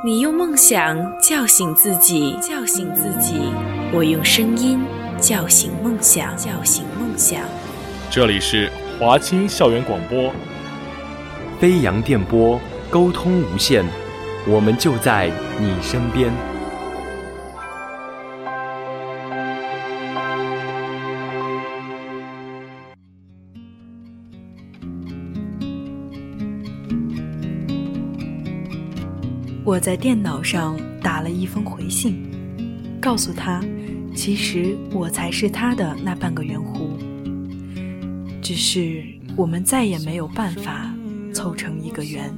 你用梦想叫醒自己，我用声音叫醒梦想。 这里是华清校园广播， 飞扬电波，沟通无限，我们就在你身边。 我在电脑上打了一封回信，告诉他，其实我才是他的那半个圆弧，只是我们再也没有办法凑成一个圆。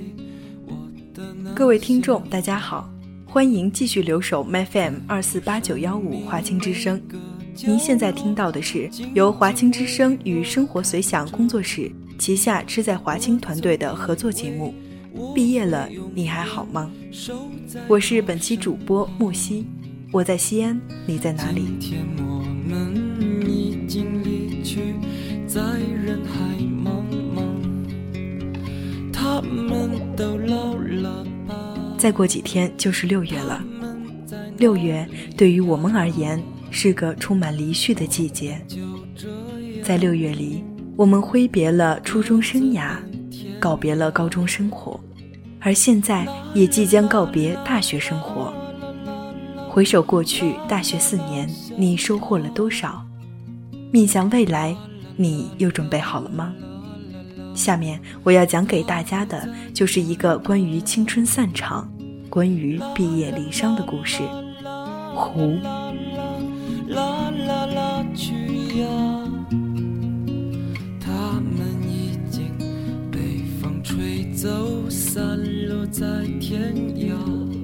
各位听众大家好，欢迎继续留守 MyFM248915 华清之声。您现在听到的是由华清之声与生活随想工作室旗下吃在华清团队的合作节目，毕业了你还好吗？我是本期主播木西，我在西安，你在哪里？ 今天我们已经离去，在人海茫茫，他们都老了吧。 再过几天就是6月了，6月对于我们而言是个充满离絮的季节。在6月里，我们挥别了初中生涯，告别了高中生活，而现在也即将告别大学生活。回首过去大学4年，你收获了多少？面向未来，你又准备好了吗？下面我要讲给大家的就是一个关于青春散场，关于毕业离殇的故事。湖啦啦啦去呀，他们已经被风吹走，散落在天涯。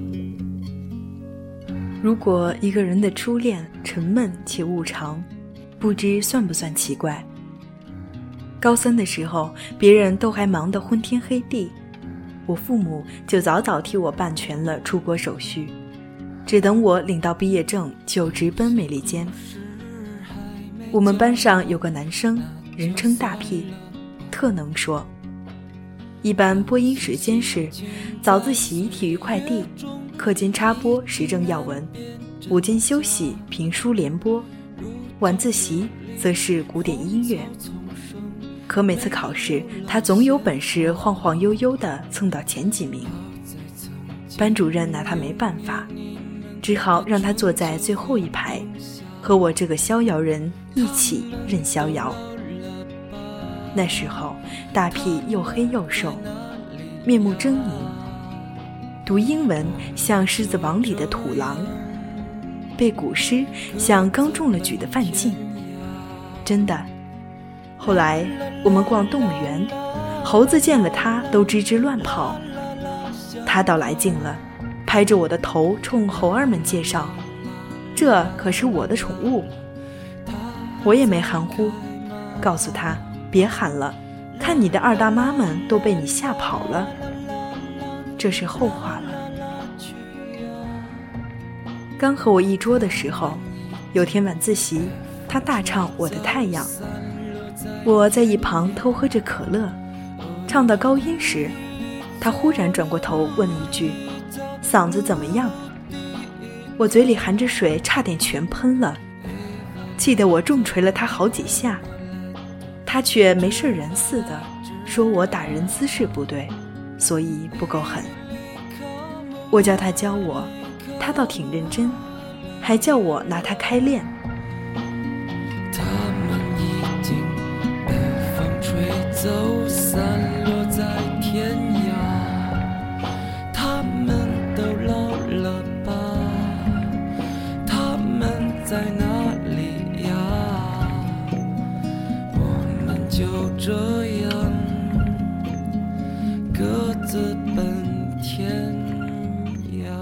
如果一个人的初恋沉闷且无常，不知算不算奇怪？高3的时候，别人都还忙得昏天黑地，我父母就早早替我办全了出国手续，只等我领到毕业证就直奔美利坚。我们班上有个男生，人称大屁，特能说。一般播音时间是早自习体育快递，课间插播时政要闻，午间休息评书联播，晚自习则是古典音乐。可每次考试，他总有本事晃晃悠悠地蹭到前几名。班主任拿他没办法，只好让他坐在最后一排，和我这个逍遥人一起任逍遥。那时候大屁又黑又瘦，面目狰狞，读英文像《狮子王》里的土狼，背古诗像刚中了举的范进。真的，后来我们逛动物园，猴子见了他都吱吱乱跑，他倒来劲了，拍着我的头冲猴儿们介绍，这可是我的宠物。我也没含糊，告诉他别喊了，看你的二大妈们都被你吓跑了。这是后话了。刚和我一桌的时候，有天晚自习，他大唱《我的太阳》，我在一旁偷喝着可乐，唱到高音时，他忽然转过头问了一句：嗓子怎么样？我嘴里含着水，差点全喷了，气得我重捶了他好几下。他却没事人似的说我打人姿势不对，所以不够狠。我叫他教我，他倒挺认真，还叫我拿他开练。 他们已经被风吹走，散落在天涯，他们都老了吧，他们在哪里呀？我们就这样各自奔天涯。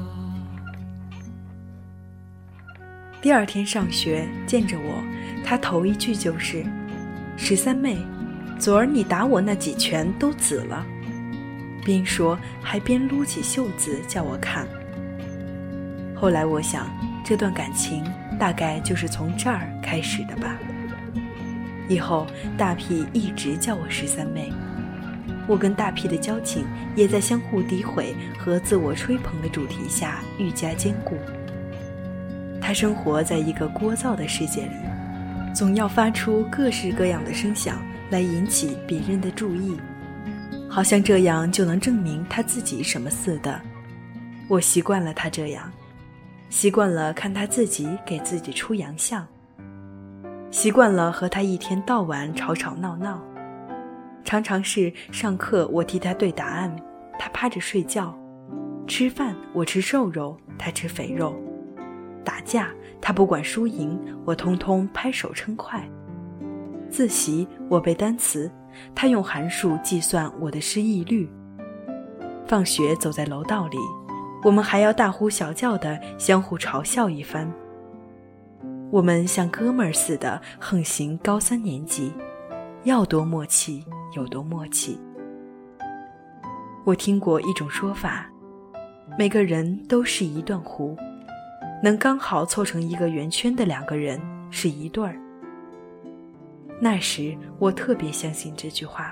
第二天上学见着我，他头一句就是：13妹，昨儿你打我那几拳都紫了。边说还边撸起袖子叫我看。后来我想，这段感情大概就是从这儿开始的吧。以后大屁一直叫我13妹。 我跟大 P 的交情也在相互诋毁和自我吹捧的主题下愈加坚固。他生活在一个聒噪的世界里，总要发出各式各样的声响来引起别人的注意，好像这样就能证明他自己什么似的。我习惯了他这样，习惯了看他自己给自己出洋相，习惯了和他一天到晚吵吵闹闹，常常是上课我替他对答案，他趴着睡觉；吃饭我吃瘦肉，他吃肥肉；打架他不管输赢，我通通拍手称快；自习我背单词，他用函数计算我的失忆率；放学走在楼道里，我们还要大呼小叫地相互嘲笑一番。我们像哥们儿似的横行高3年级，要多默契有多默契。我听过一种说法，每个人都是一段弧，能刚好凑成一个圆圈的2个人是一对儿。那时我特别相信这句话。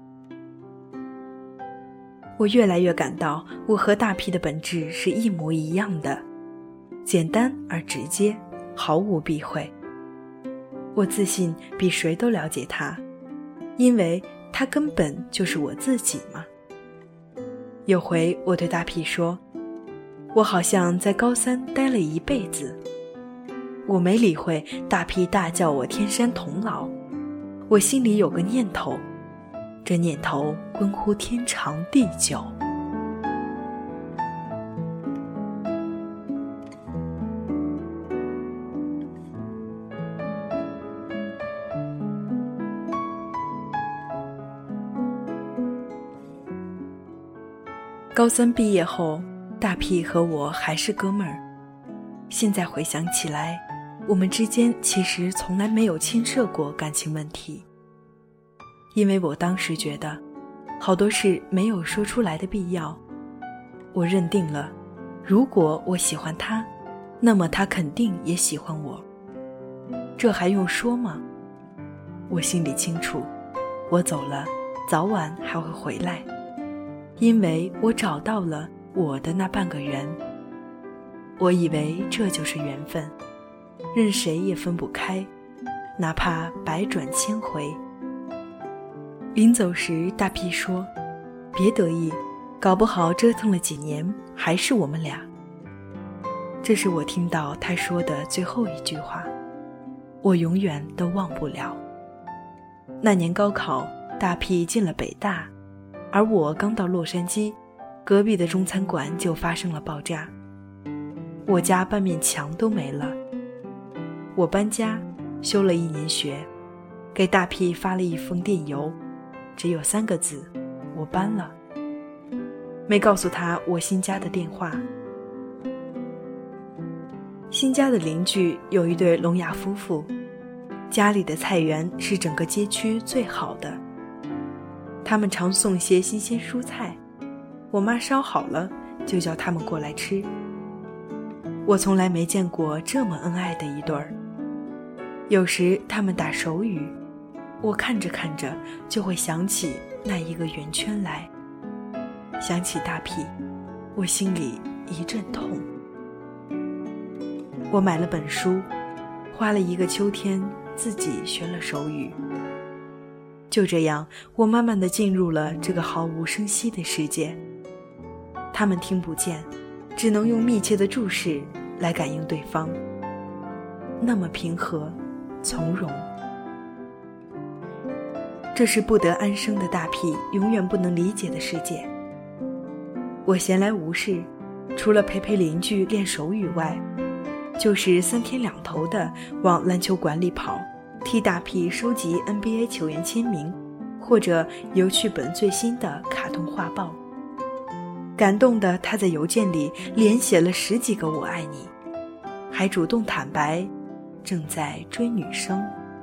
我越来越感到我和大 P 的本质是一模一样的，简单而直接，毫无避讳。我自信比谁都了解他，因为他根本就是我自己嘛。有回我对大 P 说，我好像在高3待了一辈子。我没理会大 P 大叫我天山童姥，我心里有个念头，这念头关乎天长地久。高3毕业后，大 P 和我还是哥们儿。现在回想起来，我们之间其实从来没有牵涉过感情问题，因为我当时觉得好多事没有说出来的必要。我认定了，如果我喜欢他，那么他肯定也喜欢我，这还用说吗？我心里清楚，我走了，早晚还会回来，因为我找到了我的那半个人。我以为这就是缘分，任谁也分不开，哪怕百转千回。临走时，大 P 说，别得意，搞不好折腾了几年还是我们俩。这是我听到他说的最后一句话，我永远都忘不了。那年高考，大 P 进了北大，而我刚到洛杉矶，隔壁的中餐馆就发生了爆炸，我家半面墙都没了。我搬家，休了1年学，给大 P 发了一封电邮，只有3个字，我搬了，没告诉他我新家的电话。新家的邻居有一对聋哑夫妇，家里的菜园是整个街区最好的，他们常送些新鲜蔬菜，我妈烧好了就叫他们过来吃。我从来没见过这么恩爱的一对儿。有时他们打手语，我看着看着就会想起那一个圆圈来，想起大 P， 我心里一阵痛。我买了本书，花了1个秋天自己学了手语。就这样，我慢慢地进入了这个毫无声息的世界。他们听不见，只能用密切的注视来感应对方，那么平和从容。这是不得安生的大 P 永远不能理解的世界。我闲来无事，除了陪陪邻居练手语外，就是3天2头的往篮球馆里跑，替大 P 收集 NBA 球员签名，或者邮去本最新的卡通画报。感动的他在邮件里连写了10几个我爱你，还主动坦白正在追女生。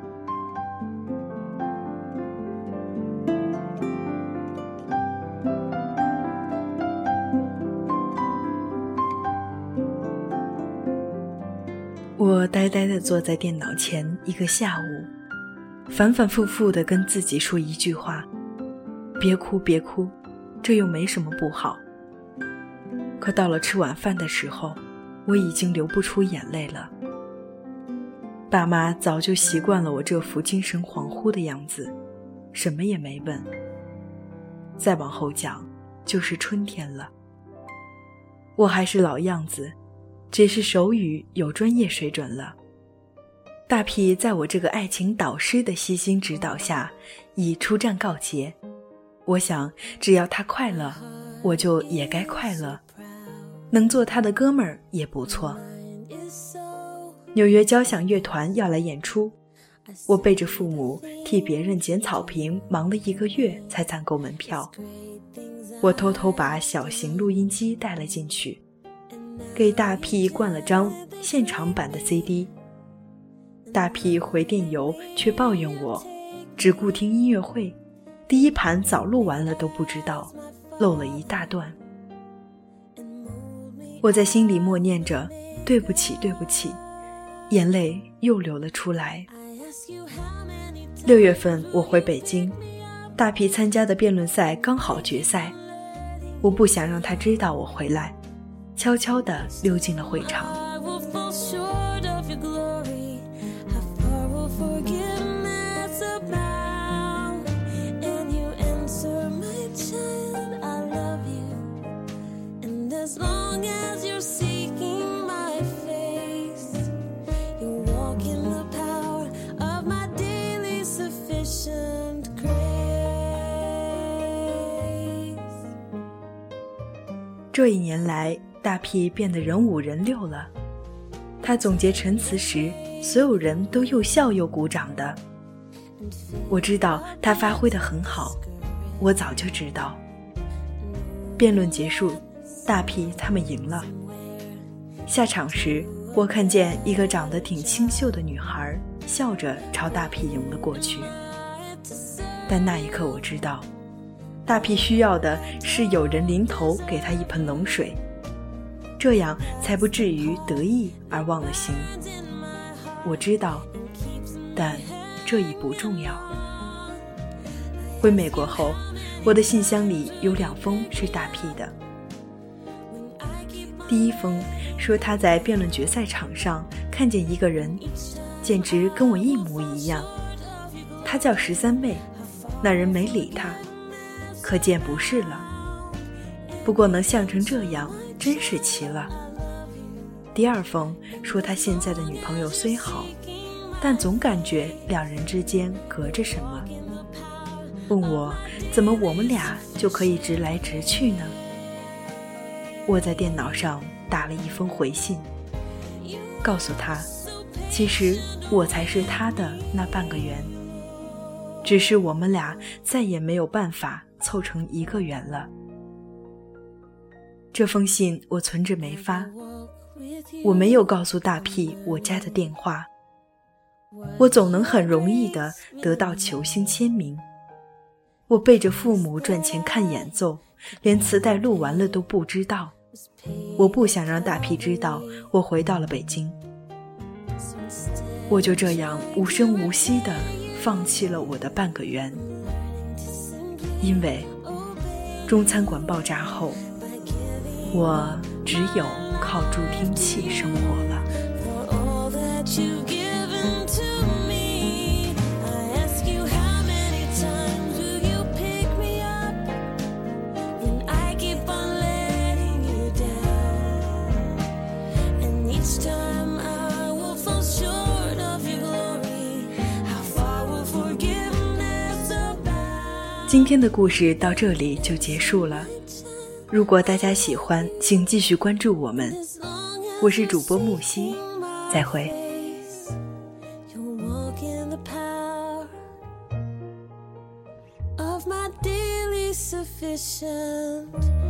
我呆呆地坐在电脑前1个下午，反反复复地跟自己说一句话： 别哭别哭，这又没什么不好。可到了吃晚饭的时候，我已经流不出眼泪了。爸妈早就习惯了我这副精神恍惚的样子，什么也没问。再往后讲，就是春天了。我还是老样子，只是手语有专业水准了。大屁在我这个爱情导师的悉心指导下，已出战告捷。我想，只要他快乐，我就也该快乐，能做他的哥们儿也不错。纽约交响乐团要来演出，我背着父母替别人捡草坪忙了1个月才攒够门票。我偷偷把小型录音机带了进去，给大屁灌了张现场版的 CD。 大屁回电邮却抱怨我只顾听音乐会，第1盘早录完了都不知道，漏了一大段。我在心里默念着对不起对不起，眼泪又流了出来。6月份我回北京，大屁参加的辩论赛刚好决赛，我不想让他知道我回来，悄悄地溜进了会场。这1年来，大屁变得人五人六了。他总结陈词时，所有人都又笑又鼓掌的。我知道他发挥得很好，我早就知道。辩论结束，大屁他们赢了。下场时，我看见一个长得挺清秀的女孩笑着朝大屁迎了过去。但那一刻我知道，大屁需要的是有人临头给他一盆冷水，这样才不至于得意而忘了形。我知道，但这已不重要。回美国后，我的信箱里有2封是大屁的。第1封说他在辩论决赛场上看见一个人，简直跟我一模一样。他叫13妹，那人没理他，可见不是了。不过能像成这样，真是奇了。第2封说他现在的女朋友虽好，但总感觉2人之间隔着什么，问我怎么我们俩就可以直来直去呢？我在电脑上打了1封回信，告诉他，其实我才是他的那半个圆，只是我们俩再也没有办法凑成1个圆了。这封信我存着没发，我没有告诉大屁我家的电话，我总能很容易地得到球星签名。我背着父母赚钱看演奏，连磁带录完了都不知道。我不想让大屁知道我回到了北京。我就这样无声无息地放弃了我的半个圆，因为中餐馆爆炸后，我只有靠助听器生活了。今天的故事到这里就结束了。如果大家喜欢，请继续关注我们。我是主播木西，再会。 Sufficient